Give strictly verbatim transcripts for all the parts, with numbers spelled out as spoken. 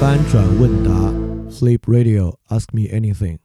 翻转问答 Flip Radio Ask Me Anything。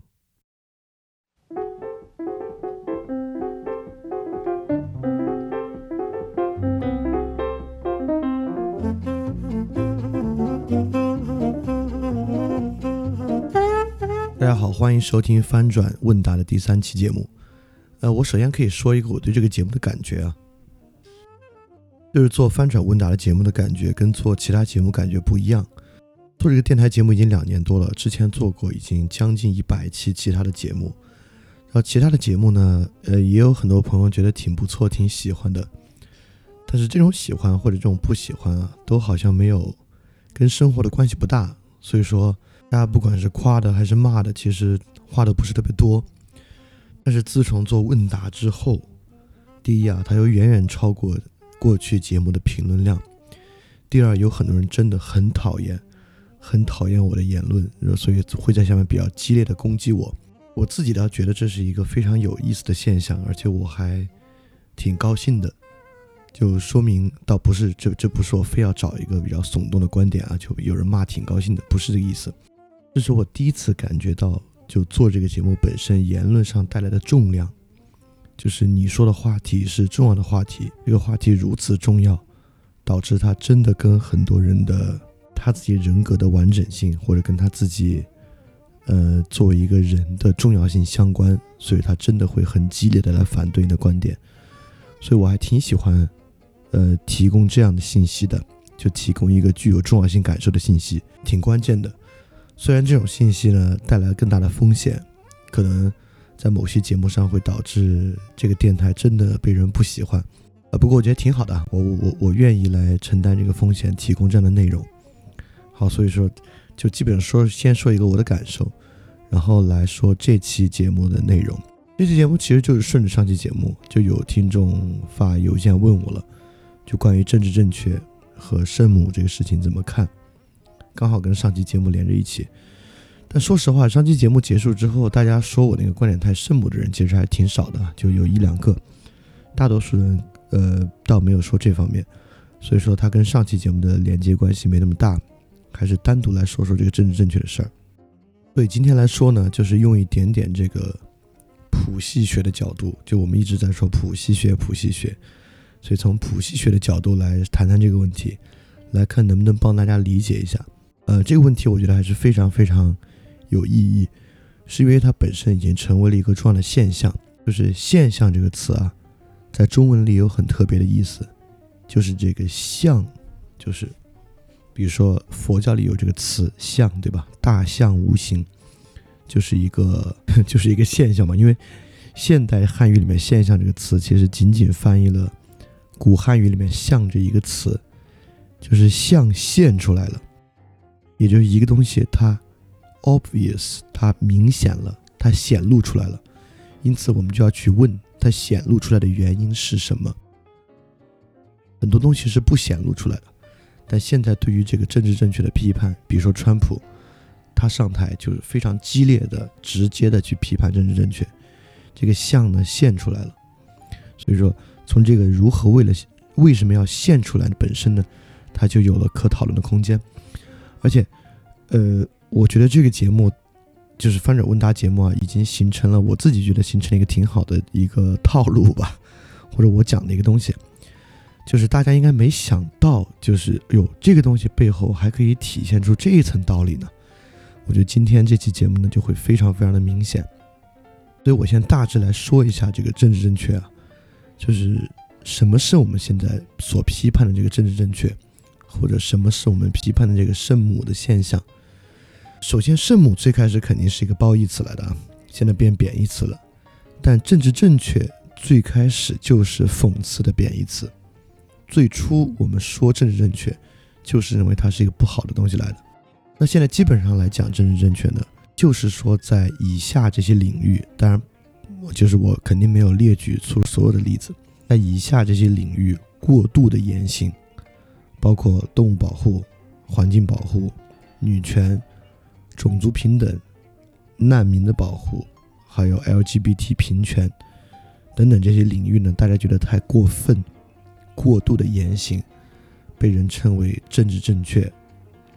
大家好，欢迎收听翻转问答的第三期节目。呃，我首先可以说一个我对这个节目的感觉啊，就是做翻转问答的节目的感觉跟做其他节目感觉不一样。做这个电台节目已经两年多了，之前做过已经将近一百期其他的节目，然后其他的节目呢，呃，也有很多朋友觉得挺不错，挺喜欢的。但是这种喜欢或者这种不喜欢啊，都好像没有跟生活的关系不大，所以说大家不管是夸的还是骂的，其实话都不是特别多。但是自从做问答之后，第一啊，它又远远超过过去节目的评论量；第二，有很多人真的很讨厌。很讨厌我的言论，所以会在下面比较激烈的攻击我。我自己倒觉得这是一个非常有意思的现象，而且我还挺高兴的，就说明倒不是这这不是我非要找一个比较耸动的观点啊，就有人骂挺高兴的，不是这个意思。这是我第一次感觉到，就做这个节目本身言论上带来的重量，就是你说的话题是重要的话题，这个话题如此重要，导致它真的跟很多人的他自己人格的完整性，或者跟他自己呃作为一个人的重要性相关，所以他真的会很激烈的来反对你的观点。所以我还挺喜欢呃提供这样的信息的，就提供一个具有重要性感受的信息，挺关键的。虽然这种信息呢带来更大的风险，可能在某些节目上会导致这个电台真的被人不喜欢，呃不过我觉得挺好的，我我我愿意来承担这个风险，提供这样的内容。好，所以说就基本上说先说一个我的感受，然后来说这期节目的内容。这期节目其实就是顺着上期节目，就有听众发邮件问我了，就关于政治正确和圣母这个事情怎么看，刚好跟上期节目连着一起。但说实话，上期节目结束之后，大家说我那个观点太圣母的人其实还挺少的，就有一两个，大多数人呃倒没有说这方面，所以说它跟上期节目的连接关系没那么大，还是单独来说说这个政治正确的事儿。所以今天来说呢，就是用一点点这个谱系学的角度，就我们一直在说谱系学谱系学，所以从谱系学的角度来谈谈这个问题，来看能不能帮大家理解一下。呃，这个问题我觉得还是非常非常有意义，是因为它本身已经成为了一个重要的现象。就是现象这个词啊，在中文里有很特别的意思，就是这个象，就是比如说佛教里有这个词象，对吧？大象无形，就是一个就是一个现象嘛。因为现代汉语里面现象这个词其实仅仅翻译了古汉语里面象这一个词，就是象现出来了，也就是一个东西它 obvious， 它明显了，它显露出来了，因此我们就要去问它显露出来的原因是什么。很多东西是不显露出来的，但现在对于这个政治正确的批判，比如说川普，他上台就是非常激烈的直接的去批判政治正确，这个象呢现出来了。所以说从这个如何为了为什么要现出来的本身呢，它就有了可讨论的空间。而且呃，我觉得这个节目就是翻转问答节目啊，已经形成了，我自己觉得形成了一个挺好的一个套路吧，或者我讲的一个东西，就是大家应该没想到，就是哟，这个东西背后还可以体现出这一层道理呢。我觉得今天这期节目呢就会非常非常的明显。所以我先大致来说一下这个政治正确啊，就是什么是我们现在所批判的这个政治正确，或者什么是我们批判的这个圣母的现象。首先圣母最开始肯定是一个褒义词来的啊，现在变贬义词了。但政治正确最开始就是讽刺的贬义词。最初我们说政治正确就是认为它是一个不好的东西来的。那现在基本上来讲政治正确呢，就是说在以下这些领域，当然我就是我肯定没有列举出所有的例子，在以下这些领域过度的言行，包括动物保护、环境保护、女权、种族平等、难民的保护，还有 L G B T 平权等等这些领域呢，大家觉得太过分，过度的言行被人称为政治正确，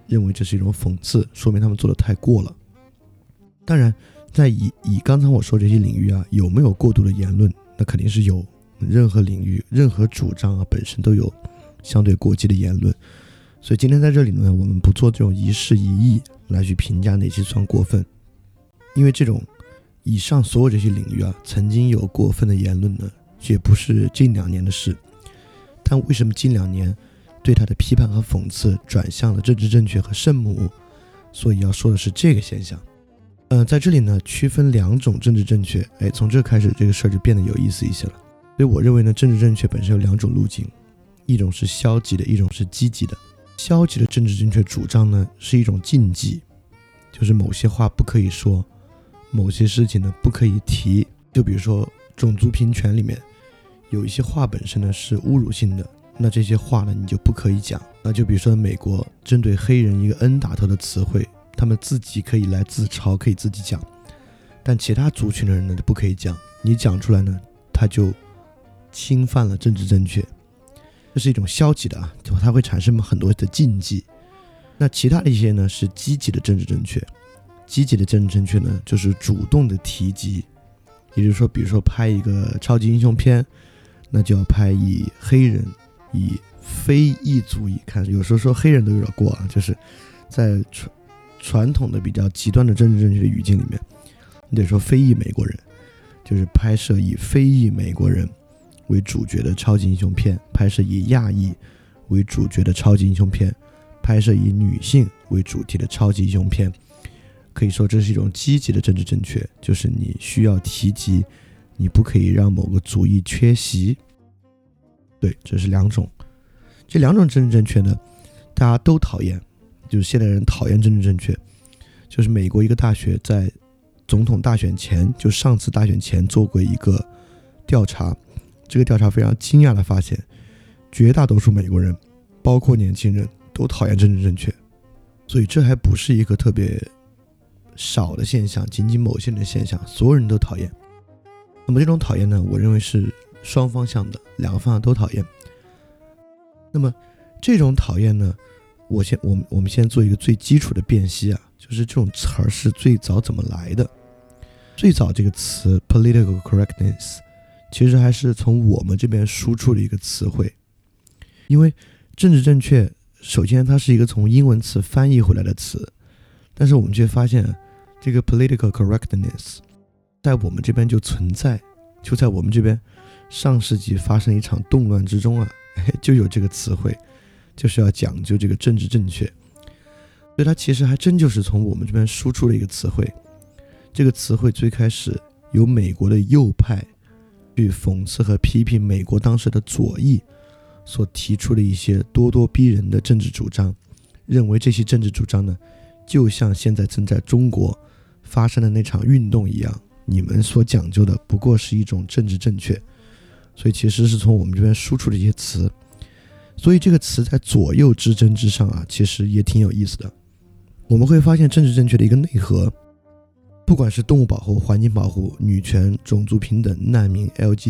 认为这是一种讽刺，说明他们做得太过了。当然在以以刚才我说这些领域啊，有没有过度的言论，那肯定是有，任何领域任何主张啊本身都有相对过激的言论。所以今天在这里呢，我们不做这种一事一议来去评价哪些算过分，因为这种以上所有这些领域啊，曾经有过分的言论呢，也不是近两年的事。但为什么近两年对他的批判和讽刺转向了政治正确和圣母？所以要说的是这个现象。呃，在这里呢，区分两种政治正确，哎，从这开始这个事儿就变得有意思一些了。所以我认为呢，政治正确本身有两种路径，一种是消极的，一种是积极的。消极的政治正确主张呢，是一种禁忌，就是某些话不可以说，某些事情呢不可以提。就比如说种族平权里面有一些话本身呢是侮辱性的，那这些话呢你就不可以讲。那就比如说美国针对黑人一个 N 打头的词汇，他们自己可以来自嘲，可以自己讲，但其他族群的人呢就不可以讲，你讲出来呢他就侵犯了政治正确。这是一种消极的啊，它会产生很多的禁忌。那其他的一些呢是积极的政治正确。积极的政治正确呢就是主动的提及，也就是说比如说拍一个超级英雄片，那就要拍以黑人以非裔族裔，看有时候说黑人都有点过啊，就是在传传统的比较极端的政治正确的语境里面，你得说非裔美国人，就是拍摄以非裔美国人为主角的超级英雄片，拍摄以亚裔为主角的超级英雄片，拍摄以女性为主题的超级英雄片。可以说这是一种积极的政治正确，就是你需要提及，你不可以让某个族裔缺席。对，这是两种。这两种政治正确呢，大家都讨厌，就是现代人讨厌政治正确。就是美国一个大学在总统大选前，就上次大选前做过一个调查，这个调查非常惊讶的发现，绝大多数美国人，包括年轻人，都讨厌政治正确。所以这还不是一个特别少的现象，仅仅某些人的现象，所有人都讨厌。那么这种讨厌呢，我认为是双方向的，两个方向都讨厌。那么这种讨厌呢，我先我们我们先做一个最基础的辨析啊，就是这种词儿是最早怎么来的。最早这个词 political correctness 其实还是从我们这边输出的一个词汇，因为政治正确首先它是一个从英文词翻译回来的词，但是我们却发现这个 political correctness 在我们这边就存在，就在我们这边上世纪发生一场动乱之中啊，就有这个词汇，就是要讲究这个政治正确。所以它其实还真就是从我们这边输出的一个词汇。这个词汇最开始由美国的右派去讽刺和批评美国当时的左翼所提出的一些咄咄逼人的政治主张，认为这些政治主张呢就像现在正在中国发生的那场运动一样，你们所讲究的不过是一种政治正确。所以其实是从我们这边输出的一些词，所以这个词在左右之争之上啊，其实也挺有意思的。我们会发现政治正确的一个内核，不管是动物保护、环境保护、女权、种族平等、难民、L G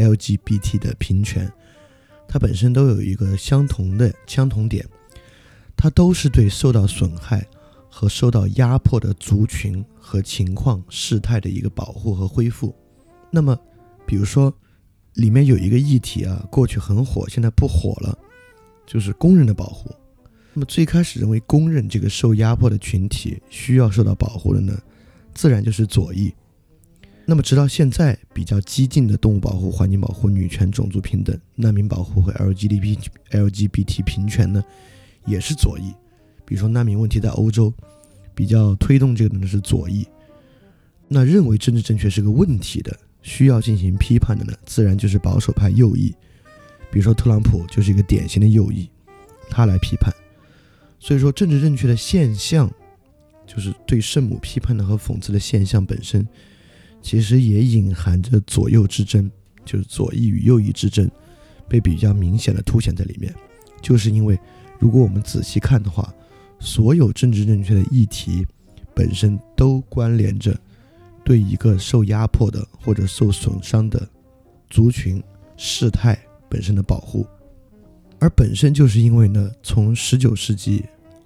B T 的平权，它本身都有一个相同的相同点，它都是对受到损害和受到压迫的族群和情况事态的一个保护和恢复。那么比如说里面有一个议题啊，过去很火，现在不火了，就是工人的保护。那么最开始认为工人这个受压迫的群体需要受到保护的呢，自然就是左翼。那么直到现在比较激进的动物保护、环境保护、女权、种族平等、难民保护和 L G B T 平权呢，也是左翼。比如说难民问题在欧洲比较推动这个的是左翼。那认为政治正确是个问题的，需要进行批判的呢，自然就是保守派右翼。比如说特朗普就是一个典型的右翼，他来批判。所以说政治正确的现象，就是对圣母批判的和讽刺的现象本身，其实也隐含着左右之争，就是左翼与右翼之争被比较明显的凸显在里面。就是因为如果我们仔细看的话，所有政治正确的议题本身都关联着对一个受压迫的或者受损伤的族群事态本身的保护。而本身就是因为呢，从十九世纪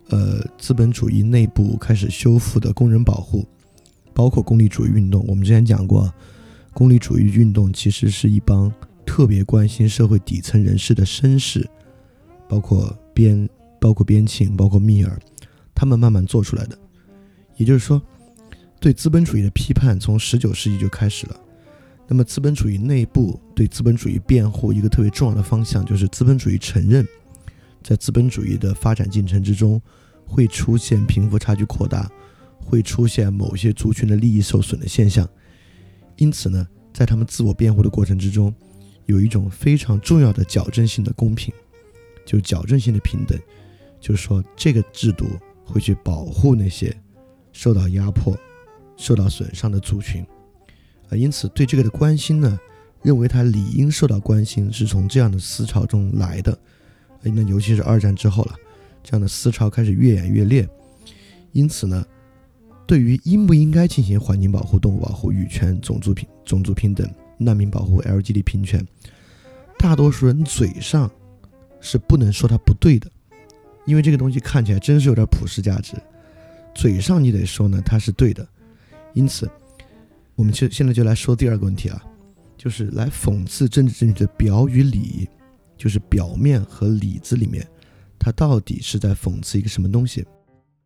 呃资本主义内部开始修复的工人保护，包括功利主义运动。我们之前讲过，功利主义运动其实是一帮特别关心社会底层人士的绅士，包括边包括边沁，包括密尔，他们慢慢做出来的。也就是说，对资本主义的批判从十九世纪就开始了。那么资本主义内部对资本主义辩护一个特别重要的方向，就是资本主义承认在资本主义的发展进程之中会出现贫富差距扩大，会出现某些族群的利益受损的现象。因此呢，在他们自我辩护的过程之中，有一种非常重要的矫正性的公平，就是矫正性的平等，就是说这个制度会去保护那些受到压迫受到损伤的族群。呃、因此对这个的关心呢，认为它理应受到关心，是从这样的思潮中来的。呃、那尤其是二战之后了，这样的思潮开始越演越烈。因此呢，对于应不应该进行环境保护、动物保护、语权、种族平种族平等、难民保护、L G B T 平权，大多数人嘴上是不能说它不对的，因为这个东西看起来真是有点普世价值，嘴上你得说呢它是对的。因此我们就现在就来说第二个问题啊，就是来讽刺政治正确的表与里，就是表面和里子里面它到底是在讽刺一个什么东西。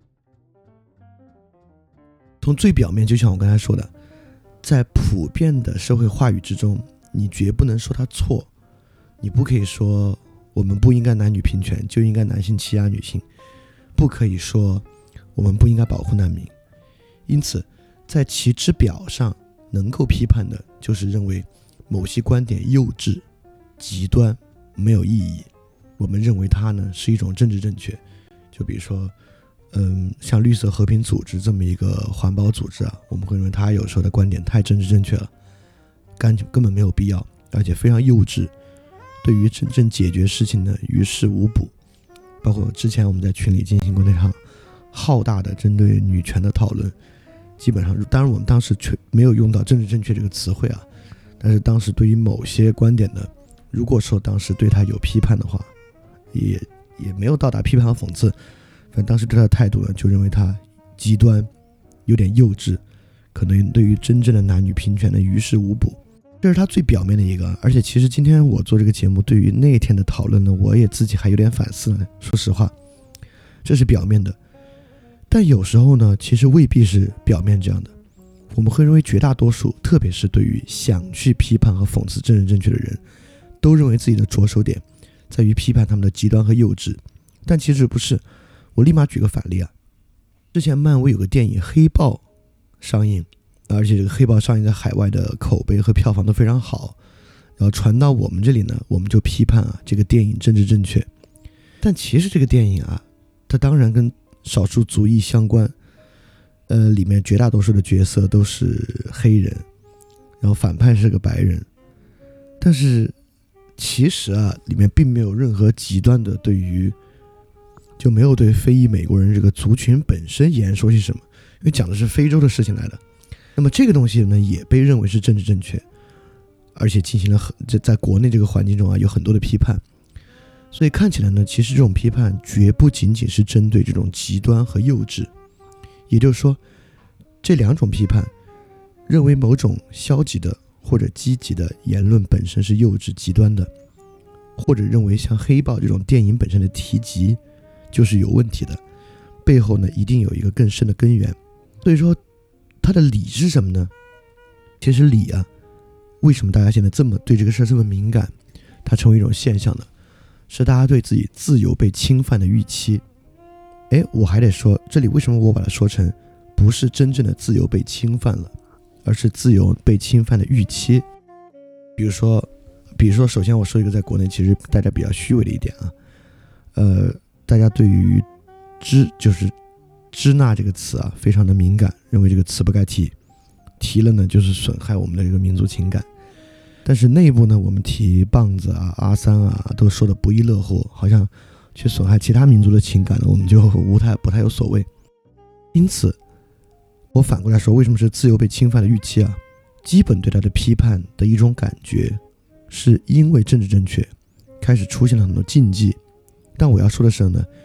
从最表面，就像我刚才说的，在普遍的社会话语之中，你绝不能说它错，你不可以说我们不应该男女平权，就应该男性欺压女性，不可以说我们不应该保护难民。因此在其之表上能够批判的就是认为某些观点幼稚、极端、没有意义，我们认为它呢是一种政治正确。就比如说嗯，像绿色和平组织这么一个环保组织啊，我们会认为它有时候的观点太政治正确了，根根本没有必要，而且非常幼稚，对于真正解决事情呢于事无补。包括之前我们在群里进行过那场浩大的针对女权的讨论，基本上当然我们当时却没有用到政治正确这个词汇啊，但是当时对于某些观点呢，如果说当时对它有批判的话，也也没有到达批判和讽刺，反正当时对他的态度呢，就认为他极端，有点幼稚，可能对于真正的男女平权的于事无补。这是他最表面的一个。而且其实今天我做这个节目，对于那天的讨论呢，我也自己还有点反思呢。说实话，这是表面的，但有时候呢，其实未必是表面这样的。我们会认为绝大多数，特别是对于想去批判和讽刺政治正确的人，都认为自己的着手点在于批判他们的极端和幼稚，但其实不是。我立马举个反例啊，之前漫威有个电影《黑豹》上映，而且这个《黑豹》上映在海外的口碑和票房都非常好，然后传到我们这里呢，我们就批判啊这个电影政治正确。但其实这个电影啊，它当然跟少数族裔相关，呃，里面绝大多数的角色都是黑人，然后反派是个白人，但是其实啊，里面并没有任何极端的对于。就没有对非裔美国人这个族群本身言说些什么，因为讲的是非洲的事情来的。那么这个东西呢，也被认为是政治正确，而且进行了很在国内这个环境中啊，有很多的批判。所以看起来呢，其实这种批判绝不仅仅是针对这种极端和幼稚，也就是说，这两种批判认为某种消极的或者积极的言论本身是幼稚极端的，或者认为像黑豹这种电影本身的提及就是有问题的，背后呢一定有一个更深的根源。所以说它的理是什么呢？其实理啊，为什么大家现在这么对这个事这么敏感，它成为一种现象呢？是大家对自己自由被侵犯的预期。诶，我还得说，这里为什么我把它说成不是真正的自由被侵犯了，而是自由被侵犯的预期。比如说比如说首先我说一个在国内其实大家比较虚伪的一点啊，呃大家对于支就是支那这个词啊非常的敏感，认为这个词不该提，提了呢就是损害我们的这个民族情感。但是内部呢，我们提棒子啊、阿三啊都说的不亦乐乎，好像去损害其他民族的情感呢，我们就无太不太有所谓。因此我反过来说，为什么是自由被侵犯的预期啊？基本对他的批判的一种感觉，是因为政治正确开始出现了很多禁忌。但我要说的是呢，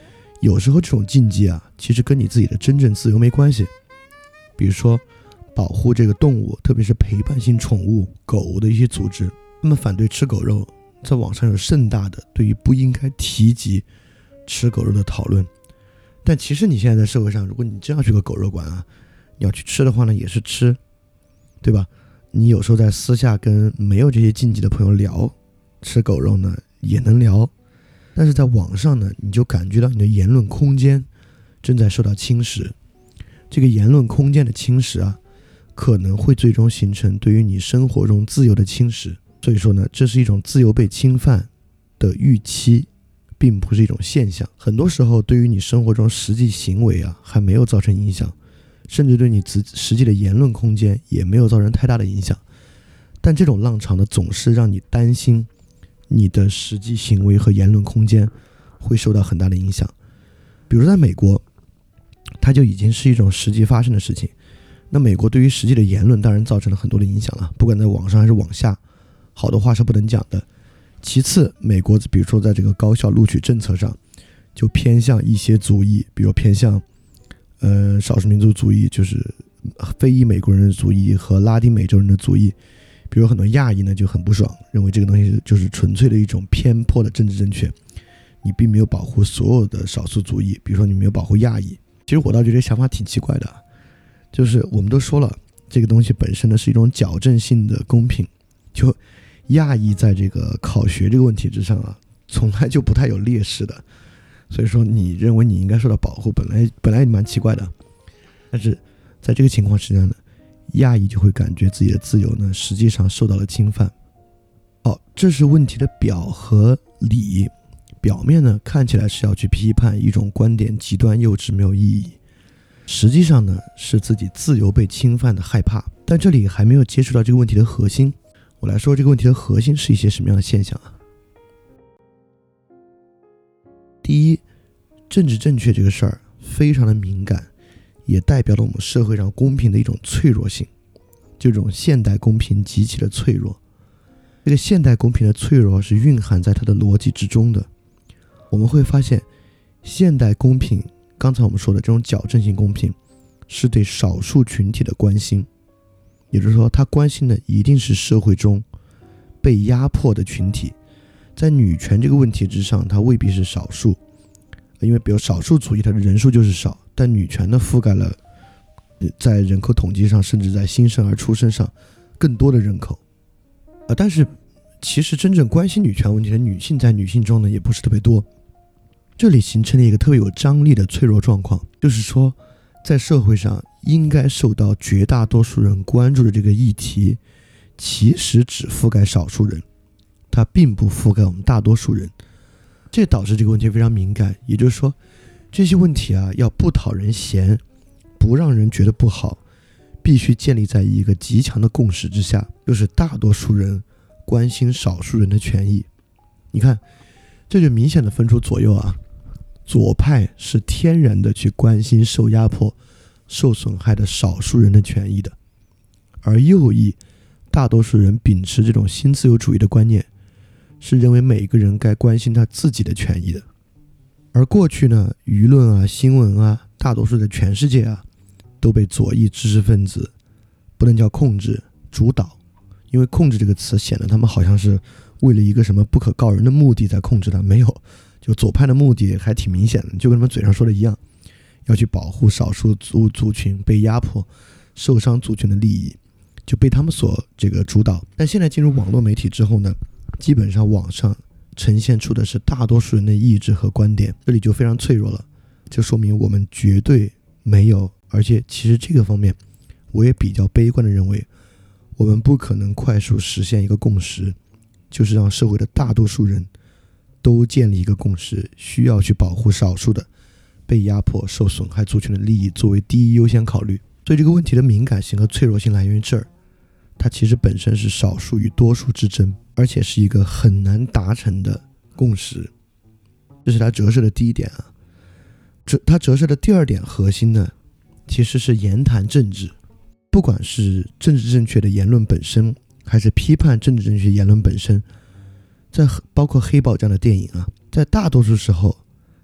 有时候这种禁忌啊，其实跟你自己的真正自由没关系。比如说保护这个动物，特别是陪伴性宠物狗的一些组织，他们反对吃狗肉，在网上有盛大的对于不应该提及吃狗肉的讨论。但其实你现在在社会上，如果你真要去个狗肉馆啊，你要去吃的话呢，也是吃，对吧？你有时候在私下跟没有这些禁忌的朋友聊吃狗肉呢，也能聊。但是在网上呢，你就感觉到你的言论空间正在受到侵蚀。这个言论空间的侵蚀啊，可能会最终形成对于你生活中自由的侵蚀。所以说呢，这是一种自由被侵犯的预期，并不是一种现象。很多时候对于你生活中实际行为啊，还没有造成影响，甚至对你实际的言论空间也没有造成太大的影响。但这种浪潮呢，总是让你担心你的实际行为和言论空间会受到很大的影响。比如在美国，它就已经是一种实际发生的事情。那美国对于实际的言论当然造成了很多的影响了，不管在网上还是网下，好的话是不能讲的。其次，美国比如说在这个高校录取政策上，就偏向一些族裔，比如偏向呃少数民族族裔，就是非裔美国人的族裔和拉丁美洲人的族裔。比如很多亚裔呢就很不爽，认为这个东西就是纯粹的一种偏颇的政治正确，你并没有保护所有的少数族裔，比如说你没有保护亚裔。其实我倒觉得这个想法挺奇怪的，就是我们都说了，这个东西本身呢是一种矫正性的公平，就亚裔在这个考学这个问题之上啊，从来就不太有劣势的，所以说你认为你应该受到保护，本来本来蛮奇怪的。但是在这个情况之下呢，亚裔就会感觉自己的自由呢实际上受到了侵犯。好，这是问题的表和里。表面呢看起来是要去批判一种观点极端幼稚没有意义，实际上呢是自己自由被侵犯的害怕。但这里还没有接触到这个问题的核心。我来说这个问题的核心是一些什么样的现象啊？第一，政治正确这个事儿非常的敏感，也代表了我们社会上公平的一种脆弱性。这种现代公平极其的脆弱，这个现代公平的脆弱是蕴含在它的逻辑之中的。我们会发现，现代公平，刚才我们说的这种矫正性公平，是对少数群体的关心，也就是说，他关心的一定是社会中被压迫的群体。在女权这个问题之上，它未必是少数，因为比如少数族裔，它的人数就是少，但女权呢覆盖了在人口统计上，甚至在新生儿出生上更多的人口。呃，但是其实真正关心女权问题的女性，在女性中呢也不是特别多。这里形成了一个特别有张力的脆弱状况，就是说在社会上应该受到绝大多数人关注的这个议题，其实只覆盖少数人，它并不覆盖我们大多数人。这导致这个问题非常敏感，也就是说这些问题啊要不讨人嫌，不让人觉得不好，必须建立在一个极强的共识之下，就是大多数人关心少数人的权益。你看，这就明显的分出左右啊。左派是天然的去关心受压迫、受损害的少数人的权益的，而右翼大多数人秉持这种新自由主义的观念，是认为每个人该关心他自己的权益的。而过去呢，舆论啊、新闻啊，大多数的全世界啊，都被左翼知识分子不能叫控制、主导，因为控制这个词显得他们好像是为了一个什么不可告人的目的在控制它，没有。就左派的目的还挺明显的，就跟他们嘴上说的一样，要去保护少数族族群被压迫、受伤族群的利益，就被他们所这个主导。但现在进入网络媒体之后呢，基本上网上呈现出的是大多数人的意志和观点，这里就非常脆弱了。就说明我们绝对没有，而且其实这个方面我也比较悲观的认为，我们不可能快速实现一个共识，就是让社会的大多数人都建立一个共识，需要去保护少数的被压迫、受损害族群的利益作为第一优先考虑。所以这个问题的敏感性和脆弱性来源于这儿，它其实本身是少数与多数之争，而且是一个很难达成的共识。这是它折射的第一点啊。这它折射的第二点核心呢，其实是言谈政治。不管是政治正确的言论本身，还是批判政治正确言论本身，在包括黑豹这样的电影啊，在大多数时候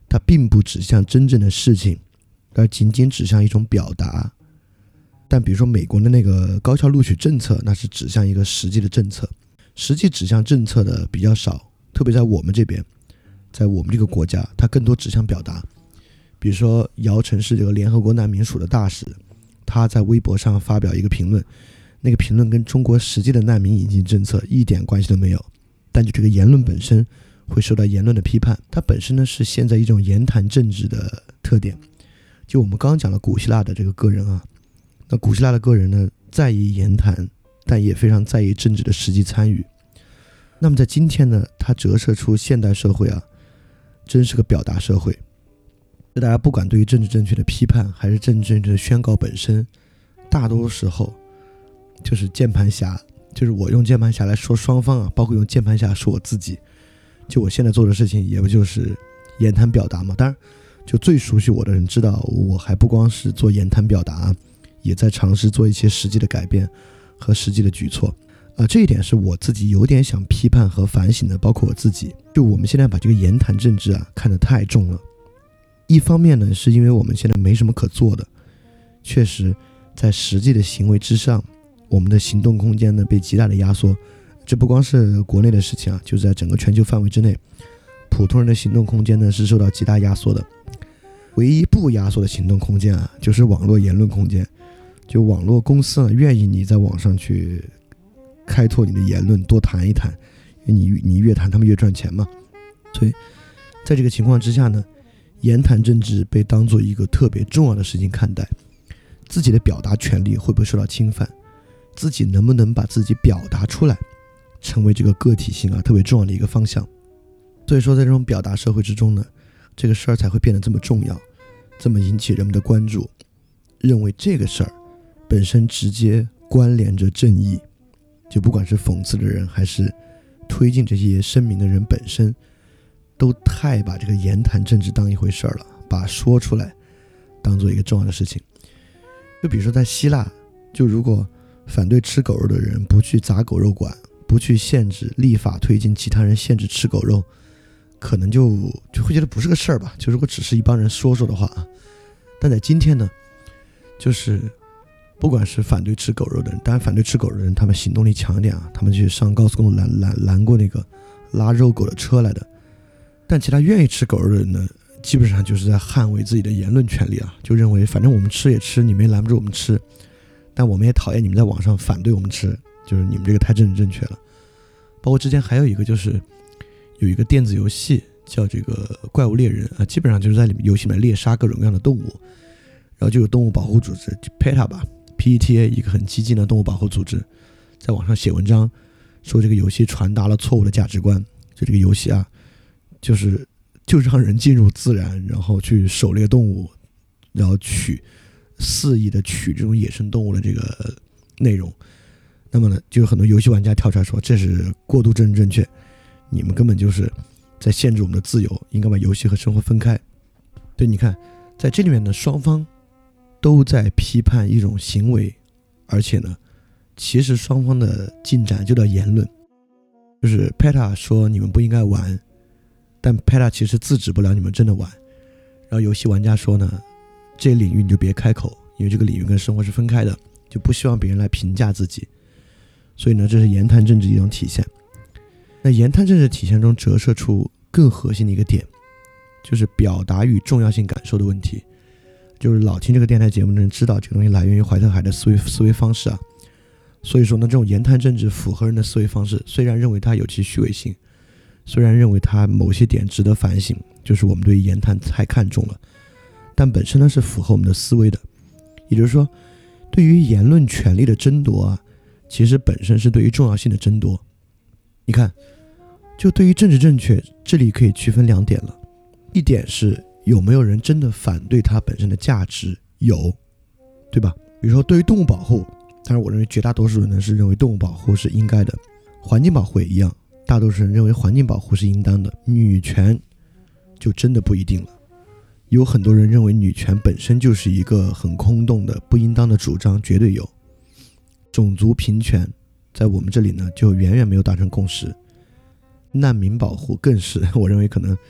它并不指向真正的事情，而仅仅指向一种表达。但比如说美国的那个高校录取政策，那是指向一个实际的政策，实际指向政策的比较少，特别在我们这边，在我们这个国家，它更多指向表达。比如说姚晨是这个联合国难民署的大使，他在微博上发表一个评论，那个评论跟中国实际的难民引进政策一点关系都没有，但就这个言论本身会受到言论的批判，它本身呢是现在一种言谈政治的特点。就我们刚刚讲了古希腊的这个个人啊，那古希腊的个人呢在意言谈，但也非常在意政治的实际参与。那么在今天呢，它折射出现代社会啊，真是个表达社会。大家不管对于政治正确的批判，还是政治正确的宣告本身，大多时候就是键盘侠，就是我用键盘侠来说双方啊，包括用键盘侠说我自己。就我现在做的事情，也不就是言谈表达嘛。当然，就最熟悉我的人知道，我还不光是做言谈表达，也在尝试做一些实际的改变和实际的举措。啊、呃，这一点是我自己有点想批判和反省的，包括我自己。就我们现在把这个言谈政治啊看得太重了。一方面呢，是因为我们现在没什么可做的，确实在实际的行为之上，我们的行动空间呢被极大的压缩。这不光是国内的事情啊，就是在整个全球范围之内，普通人的行动空间呢是受到极大压缩的。唯一不压缩的行动空间啊，就是网络言论空间。就网络公司呢愿意你在网上去开拓你的言论，多谈一谈，因为你你越谈他们越赚钱嘛。所以在这个情况之下呢，言谈政治被当作一个特别重要的事情看待，自己的表达权利会不会受到侵犯，自己能不能把自己表达出来，成为这个个体性啊特别重要的一个方向。所以说在这种表达社会之中呢，这个事儿才会变得这么重要，这么引起人们的关注，认为这个事儿本身直接关联着正义。就不管是讽刺的人还是推进这些声明的人本身，都太把这个言谈政治当一回事儿了，把说出来当做一个重要的事情。就比如说在希腊，就如果反对吃狗肉的人不去砸狗肉馆，不去限制立法推进其他人限制吃狗肉，可能就就会觉得不是个事儿吧，就如果只是一帮人说说的话。但在今天呢，就是不管是反对吃狗肉的人，当然反对吃狗肉的人他们行动力强一点啊，他们去上高速公路拦拦拦过那个拉肉狗的车来的。但其他愿意吃狗肉的人呢，基本上就是在捍卫自己的言论权利啊，就认为反正我们吃也吃，你们也拦不住我们吃，但我们也讨厌你们在网上反对我们吃，就是你们这个太政治正确了。包括之前还有一个就是有一个电子游戏叫这个怪物猎人啊，基本上就是在游戏里面猎杀各种各样的动物，然后就有动物保护组织 P E T A 吧 P E T A 一个很激进的动物保护组织，在网上写文章说这个游戏传达了错误的价值观，就这个游戏啊就是就让人进入自然，然后去狩猎动物，然后取肆意的取这种野生动物的这个内容。那么呢，就有很多游戏玩家跳出来说这是过度政治正确，你们根本就是在限制我们的自由，应该把游戏和生活分开。对，你看在这里面呢，双方都在批判一种行为，而且呢其实双方的进展就叫言论。就是 P E T A 说你们不应该玩，但 P E T A 其实制止不了你们真的玩。然后游戏玩家说呢，这领域你就别开口，因为这个领域跟生活是分开的，就不希望别人来评价自己。所以呢，这是言谈政治一种体现。那言谈政治体现中折射出更核心的一个点，就是表达与重要性感受的问题。就是老听这个电台节目的人知道，这个东西来源于怀特海的思维思维方式啊。所以说呢，这种言谈政治符合人的思维方式，虽然认为它有其虚伪性，虽然认为它某些点值得反省，就是我们对言谈太看重了，但本身呢是符合我们的思维的。也就是说，对于言论权利的争夺啊，其实本身是对于重要性的争夺。你看，就对于政治正确，这里可以区分两点了。一点是有没有人真的反对它本身的价值，有，对吧？比如说对于动物保护，当然我认为绝大多数人呢是认为动物保护是应该的，环境保护也一样，大多数人认为环境保护是应当的。女权就真的不一定了，有很多人认为女权本身就是一个很空洞的不应当的主张，绝对有。种族平权在我们这里呢就远远没有达成共识，难民保护更是我认为可能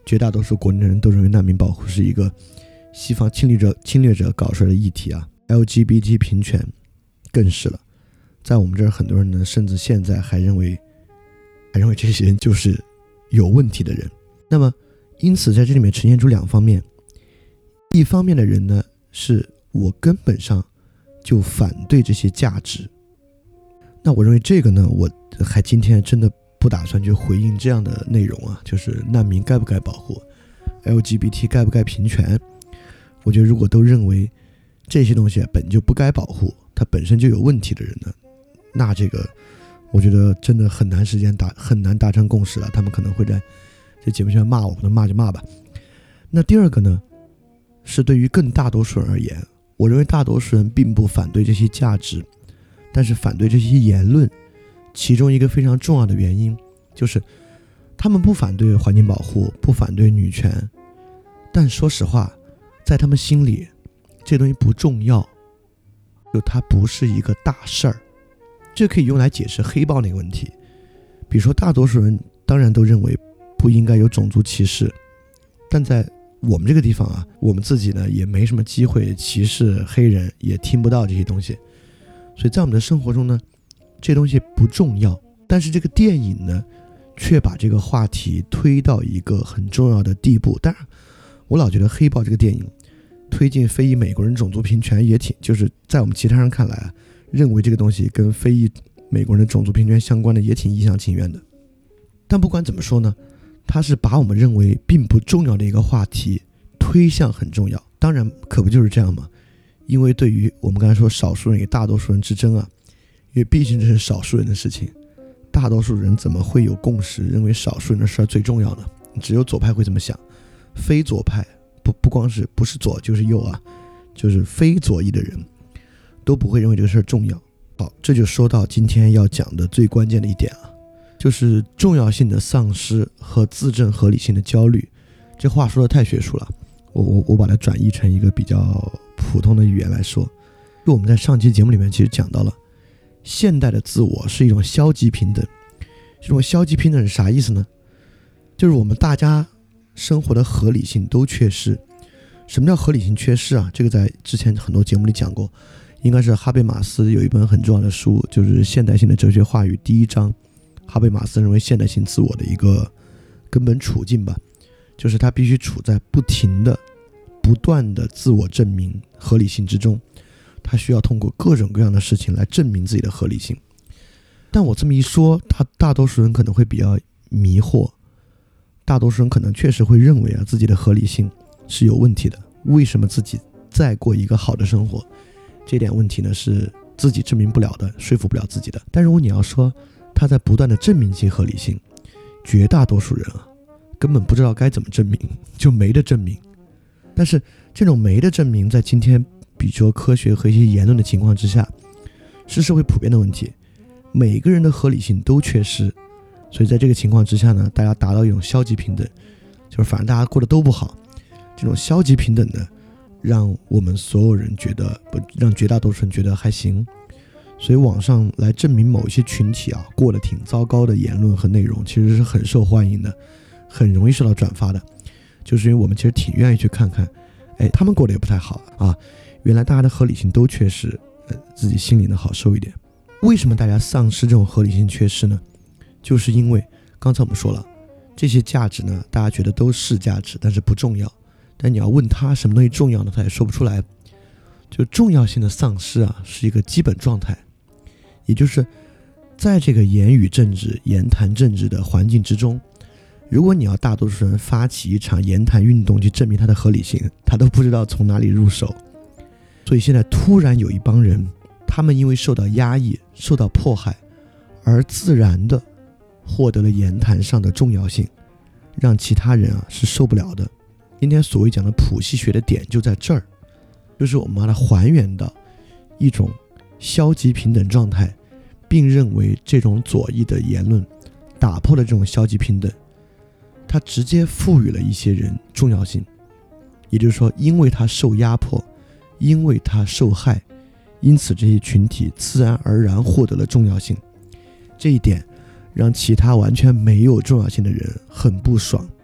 绝大多数国内人都认为难民保护是一个西方侵略者侵略者搞出来的议题啊。 L G B T 平权更是了，在我们这儿很多人呢，甚至现在还认为还认为这些人就是有问题的人。那么因此在这里面呈现出两方面，一方面的人呢，是我根本上就反对这些价值。那我认为这个呢，我还今天真的不打算去回应这样的内容啊，就是难民该不该保护， L G B T 该不该平权。我觉得如果都认为这些东西本就不该保护，它本身就有问题的人呢，那这个我觉得真的很难时间达很难达成共识了。他们可能会在这节目上骂我，可能骂就骂吧。那第二个呢，是对于更大多数人而言，我认为大多数人并不反对这些价值，但是反对这些言论，其中一个非常重要的原因就是他们不反对环境保护，不反对女权，但说实话在他们心里这东西不重要，就它不是一个大事儿。这可以用来解释黑豹那个问题。比如说大多数人当然都认为不应该有种族歧视，但在我们这个地方啊，我们自己呢也没什么机会歧视黑人，也听不到这些东西，所以在我们的生活中呢，这东西不重要。但是这个电影呢，却把这个话题推到一个很重要的地步。当然我老觉得黑豹这个电影推进非裔美国人种族平权也挺，就是在我们其他人看来啊，认为这个东西跟非裔美国人的种族平权相关的也挺一厢情愿的。但不管怎么说呢，它是把我们认为并不重要的一个话题推向很重要。当然可不就是这样吗？因为对于我们刚才说少数人与大多数人之争啊，因为毕竟这是少数人的事情，大多数人怎么会有共识认为少数人的事儿最重要呢？只有左派会这么想，非左派不不光是不是左就是右啊，就是非左翼的人都不会认为这个事儿重要。好，这就说到今天要讲的最关键的一点啊，就是重要性的丧失和自证合理性的焦虑。这话说的太学术了，我我我把它转译成一个比较普通的语言来说。就我们在上期节目里面其实讲到了，现代的自我是一种消极平等。这种消极平等是啥意思呢？就是我们大家生活的合理性都缺失。什么叫合理性缺失啊？这个在之前很多节目里讲过，应该是哈贝马斯有一本很重要的书，就是现代性的哲学话语第一章。哈贝马斯认为现代性自我的一个根本处境吧，就是他必须处在不停的不断的自我证明合理性之中，他需要通过各种各样的事情来证明自己的合理性。但我这么一说，大大多数人可能会比较迷惑，大多数人可能确实会认为啊，自己的合理性是有问题的，为什么自己再过一个好的生活，这点问题呢是自己证明不了的，说服不了自己的。但如果你要说他在不断的证明其合理性，绝大多数人啊根本不知道该怎么证明，就没得证明。但是这种没得证明在今天比如说科学和一些言论的情况之下是社会普遍的问题，每个人的合理性都缺失。所以在这个情况之下呢，大家达到一种消极平等，就是反正大家过得都不好。这种消极平等呢，让我们所有人觉得不，让绝大多数人觉得还行。所以网上来证明某一些群体啊过得挺糟糕的言论和内容，其实是很受欢迎的，很容易受到转发的。就是因为我们其实挺愿意去看看，哎，他们过得也不太好啊，原来大家的合理性都缺失，呃，自己心里能好受一点。为什么大家丧失这种合理性缺失呢？就是因为刚才我们说了，这些价值呢，大家觉得都是价值，但是不重要。但你要问他什么东西重要呢，他也说不出来。就重要性的丧失啊，是一个基本状态，也就是在这个言语政治、言谈政治的环境之中，如果你要大多数人发起一场言谈运动去证明它的合理性，他都不知道从哪里入手。所以现在突然有一帮人，他们因为受到压抑、受到迫害，而自然的获得了言谈上的重要性，让其他人啊是受不了的。今天所谓讲的谱系学的点就在这儿，就是我们把它还原到一种消极平等状态，并认为这种左翼的言论打破了这种消极平等，它直接赋予了一些人重要性。也就是说，因为他受压迫，因为他受害，因此这些群体自然而然获得了重要性。这一点让其他完全没有重要性的人很不爽，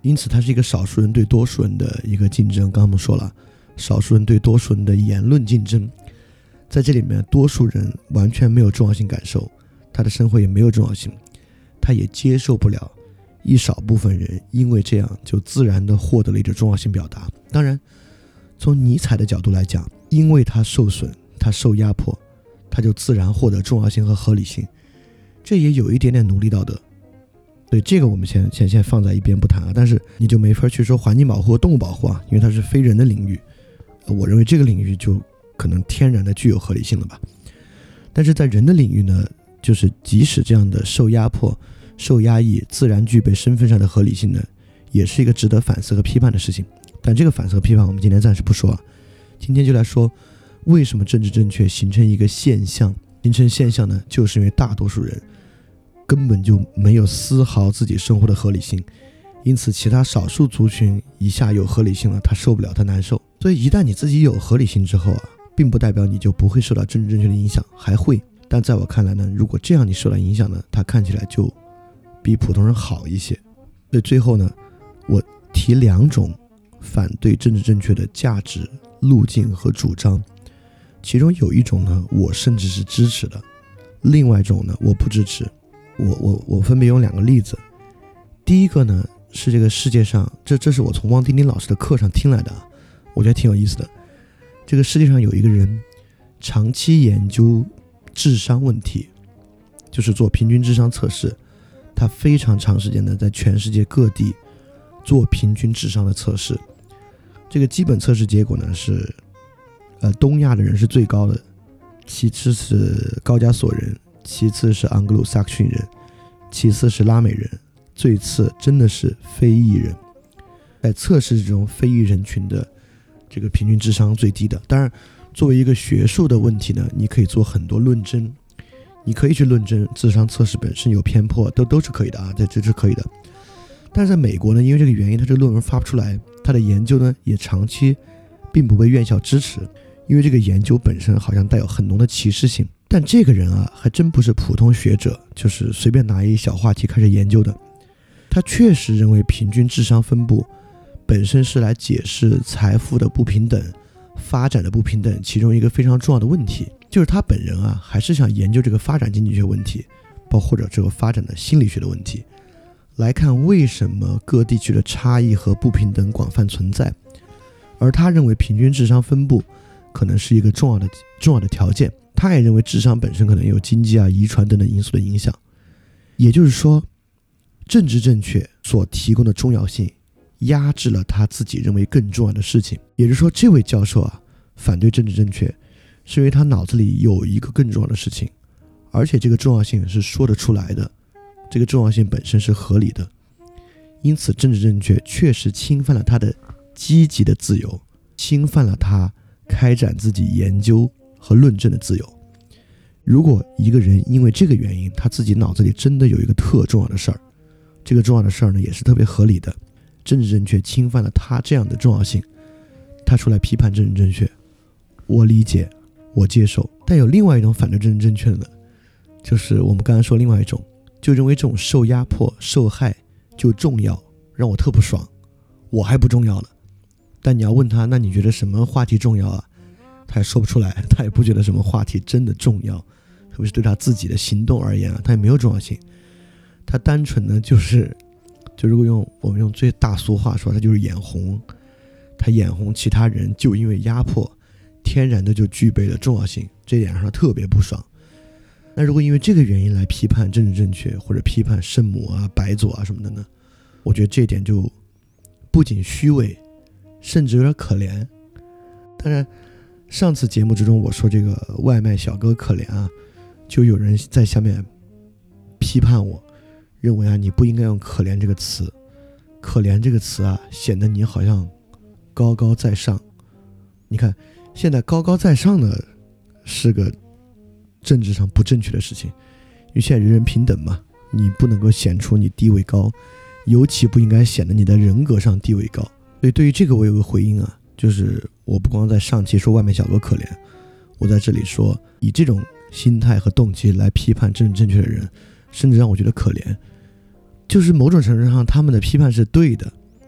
因此它是一个少数人对多数人的一个竞争。刚刚我们说了，少数人对多数人的言论竞争，在这里面多数人完全没有重要性感受，他的生活也没有重要性，他也接受不了一少部分人因为这样就自然地获得了一种重要性表达。当然从尼采的角度来讲，因为他受损，他受压迫，他就自然获得重要性和合理性，这也有一点点奴隶道德。对，这个我们先先先放在一边不谈啊，但是你就没法去说环境保护和动物保护啊，因为它是非人的领域，我认为这个领域就可能天然的具有合理性了吧。但是在人的领域呢，就是即使这样的受压迫、受压抑，自然具备身份上的合理性呢，也是一个值得反思和批判的事情。但这个反思和批判我们今天暂时不说啊，今天就来说为什么政治正确形成一个现象。形成现象呢，就是因为大多数人根本就没有丝毫自己生活的合理性，因此其他少数族群一下有合理性了，他受不了，他难受。所以一旦你自己有合理性之后啊，并不代表你就不会受到政治正确的影响，还会。但在我看来呢，如果这样你受到影响呢，它看起来就比普通人好一些。所以最后呢，我提两种反对政治正确的价值路径和主张，其中有一种呢我甚至是支持的，另外一种呢我不支持。我我我分别用两个例子。第一个呢是这个世界上，这这是我从汪丁丁老师的课上听来的，我觉得挺有意思的。这个世界上有一个人长期研究智商问题，就是做平均智商测试，他非常长时间的在全世界各地做平均智商的测试。这个基本测试结果呢是，呃，东亚的人是最高的，其次是高加索人，其次是盎格鲁撒克逊人，其次是拉美人，最次真的是非裔人。在测试这种非裔人群的这个平均智商最低的。当然作为一个学术的问题呢，你可以做很多论证，你可以去论证智商测试本身有偏颇，都都是可以的啊，这这是可以的。但是在美国呢，因为这个原因，他这个论文发不出来，他的研究呢也长期并不被院校支持，因为这个研究本身好像带有很浓的歧视性。但这个人啊，还真不是普通学者，就是随便拿一小话题开始研究的。他确实认为平均智商分布本身是来解释财富的不平等、发展的不平等其中一个非常重要的问题。就是他本人啊，还是想研究这个发展经济学问题，包括或者这个发展的心理学的问题，来看为什么各地区的差异和不平等广泛存在。而他认为平均智商分布可能是一个重要的重要的条件。他也认为智商本身可能有经济啊、遗传等等因素的影响。也就是说，政治正确所提供的重要性压制了他自己认为更重要的事情。也就是说，这位教授啊，反对政治正确是因为他脑子里有一个更重要的事情，而且这个重要性是说得出来的，这个重要性本身是合理的。因此政治正确确实侵犯了他的积极的自由，侵犯了他开展自己研究和论证的自由。如果一个人因为这个原因，他自己脑子里真的有一个特重要的事儿，这个重要的事儿呢也是特别合理的，政治正确侵犯了他这样的重要性，他出来批判政治正确，我理解，我接受。但有另外一种反对政治正确的呢，就是我们刚才说另外一种，就认为这种受压迫、受害就重要，让我特不爽，我还不重要了。但你要问他，那你觉得什么话题重要啊？他也说不出来，他也不觉得什么话题真的重要，特别是对他自己的行动而言啊，他也没有重要性。他单纯呢就是就如果用我们用最大俗话说，他就是眼红，他眼红其他人就因为压迫天然的就具备了重要性，这点让他特别不爽。那如果因为这个原因来批判政治正确或者批判圣母啊、白左啊什么的呢，我觉得这点就不仅虚伪，甚至有点可怜。当然上次节目之中我说这个外卖小哥可怜啊，就有人在下面批判我，认为啊你不应该用可怜这个词，可怜这个词啊显得你好像高高在上。你看现在高高在上呢是个政治上不正确的事情，因为现在人人平等嘛，你不能够显出你地位高，尤其不应该显得你在人格上地位高。所以对于这个我有个回应啊，就是我不光在上期说外卖小哥可怜，我在这里说以这种心态和动机来批判政治正确的人，甚至让我觉得可怜。就是某种程度上他们的批判是对的，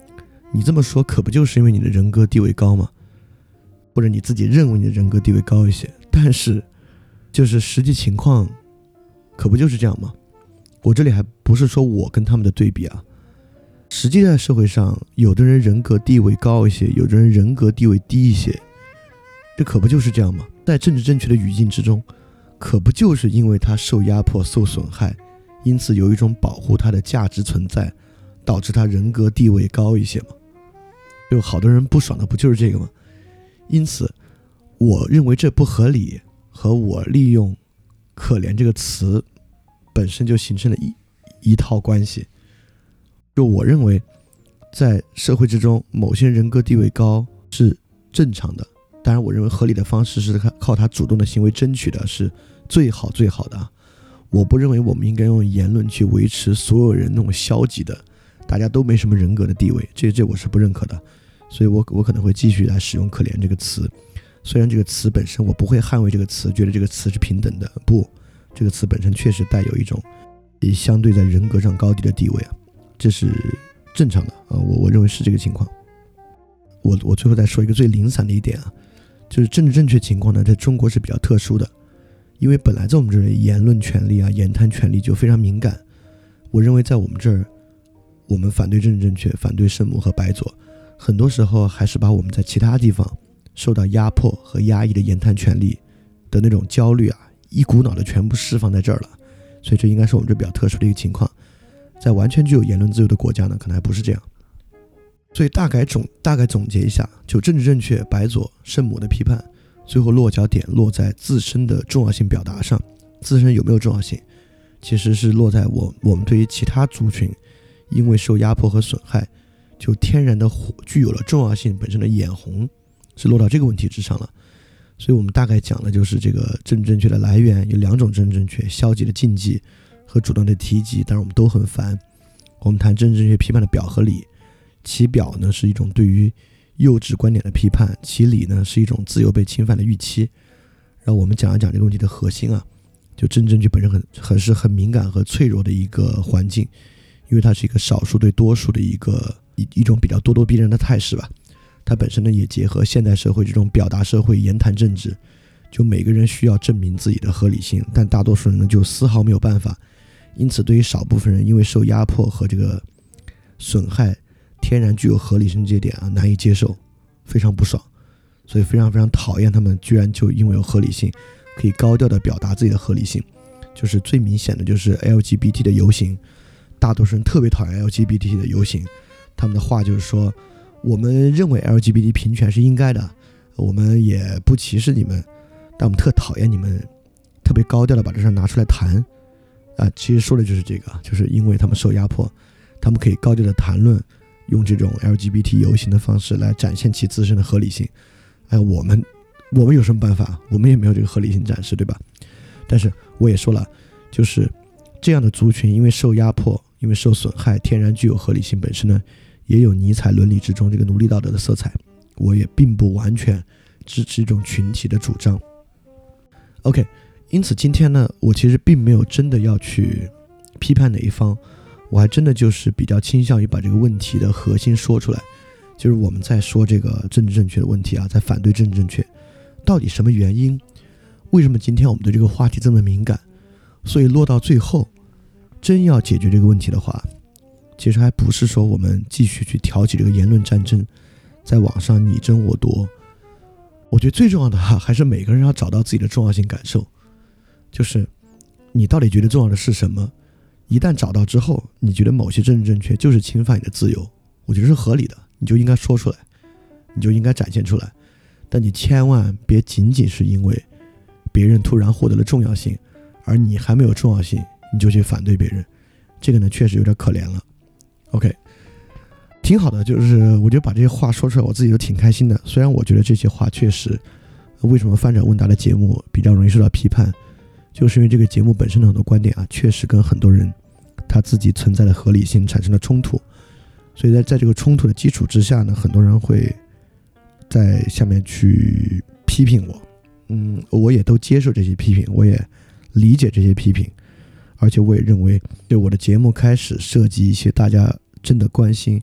你这么说可不就是因为你的人格地位高吗？或者你自己认为你的人格地位高一些，但是就是实际情况可不就是这样吗？我这里还不是说我跟他们的对比啊，实际在社会上，有的人人格地位高一些，有的人人格地位低一些，这可不就是这样吗？在政治正确的语境之中，可不就是因为他受压迫受损害，因此有一种保护他的价值存在，导致他人格地位高一些吗？有好多人不爽的不就是这个吗？因此我认为这不合理，和我利用可怜这个词本身就形成了一一套关系。就我认为在社会之中某些人格地位高是正常的，当然我认为合理的方式是靠他主动的行为争取的，是最好最好的。我不认为我们应该用言论去维持所有人那种消极的大家都没什么人格的地位，这这我是不认可的。所以我我可能会继续来使用可怜这个词，虽然这个词本身我不会捍卫这个词，觉得这个词是平等的，不，这个词本身确实带有一种相对在人格上高低的地位啊，这是正常的啊，我我认为是这个情况。我我最后再说一个最零散的一点啊，就是政治正确情况呢，在中国是比较特殊的，因为本来在我们这里言论权利啊、言谈权利就非常敏感。我认为在我们这儿，我们反对政治正确，反对圣母和白左，很多时候还是把我们在其他地方受到压迫和压抑的言谈权利的那种焦虑啊，一股脑的全部释放在这儿了。所以这应该是我们这比较特殊的一个情况。在完全具有言论自由的国家呢，可能还不是这样。所以大概总大概总结一下，就政治正确、白左、圣母的批判，最后落脚点落在自身的重要性表达上。自身有没有重要性，其实是落在我我们对于其他族群因为受压迫和损害，就天然的具有了重要性本身的眼红，是落到这个问题之上了。所以我们大概讲的就是这个政治正确的来源，有两种政治正确，消极的禁忌和主动的提及，当然我们都很烦。我们谈政治正确批判的表和理，其表呢是一种对于幼稚观点的批判，其理呢是一种自由被侵犯的预期。让我们讲一讲这个问题的核心啊，就政治正确本身很很是很敏感和脆弱的一个环境，因为它是一个少数对多数的一个一一种比较咄咄逼人的态势吧。它本身呢也结合现代社会这种表达社会、言谈政治，就每个人需要证明自己的合理性，但大多数人呢就丝毫没有办法。因此对于少部分人因为受压迫和这个损害，天然具有合理性这点啊难以接受，非常不爽，所以非常非常讨厌他们居然就因为有合理性可以高调的表达自己的合理性。就是最明显的就是 L G B T 的游行，大多数人特别讨厌 L G B T 的游行，他们的话就是说，我们认为 L G B T 平权是应该的，我们也不歧视你们，但我们特讨厌你们特别高调的把这事拿出来谈啊。其实说的就是这个，就是因为他们受压迫，他们可以高调的谈论，用这种 L G B T 游行的方式来展现其自身的合理性。哎，我们我们有什么办法？我们也没有这个合理性展示，对吧？但是我也说了，就是这样的族群因为受压迫，因为受损害，天然具有合理性本身呢，也有尼采伦理之中这个奴隶道德的色彩。我也并不完全支持这种群体的主张。OK， 因此今天呢，我其实并没有真的要去批判哪一方，我还真的就是比较倾向于把这个问题的核心说出来。就是我们在说这个政治正确的问题啊，在反对政治正确，到底什么原因？为什么今天我们对这个话题这么敏感？所以落到最后，真要解决这个问题的话，其实还不是说我们继续去挑起这个言论战争，在网上你争我夺。我觉得最重要的哈，还是每个人要找到自己的重要性感受，就是你到底觉得重要的是什么？一旦找到之后，你觉得某些政治正确就是侵犯你的自由，我觉得是合理的，你就应该说出来，你就应该展现出来。但你千万别仅仅是因为别人突然获得了重要性，而你还没有重要性，你就去反对别人，这个呢确实有点可怜了。 OK， 挺好的，就是我就把这些话说出来，我自己都挺开心的。虽然我觉得这些话确实，为什么翻转问答的节目比较容易受到批判，就是因为这个节目本身的很多观点啊，确实跟很多人他自己存在的合理性产生了冲突，所以在在这个冲突的基础之下呢，很多人会在下面去批评我。嗯，我也都接受这些批评，我也理解这些批评，而且我也认为，就我的节目开始涉及一些大家真的关心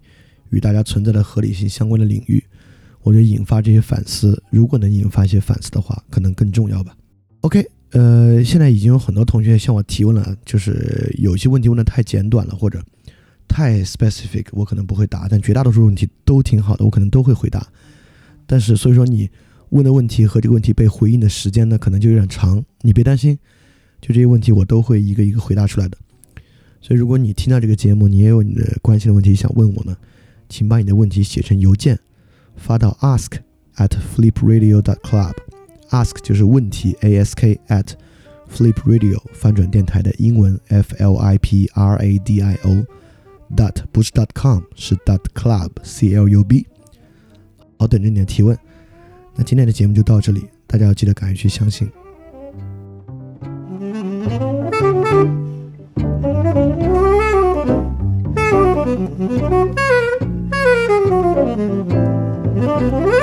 与大家存在的合理性相关的领域，我觉得引发这些反思，如果能引发一些反思的话，可能更重要吧。OK， 呃，现在已经有很多同学向我提问了，就是有些问题问得太简短了，或者太 specific， 我可能不会答，但绝大多数问题都挺好的，我可能都会回答。但是所以说你问的问题和这个问题被回应的时间呢，可能就有点长，你别担心，就这些问题我都会一个一个回答出来的。所以如果你听到这个节目，你也有你的关心的问题想问我呢，请把你的问题写成邮件发到 ask at flipradio dot club， ask 就是问题 ask at flipradio 翻转电台的英文 f l i p r a d i o dot 不是 .com 是 .club c l u b。 好，等着你的提问。那今天的节目就到这里，大家要记得敢于去相信。Thank you.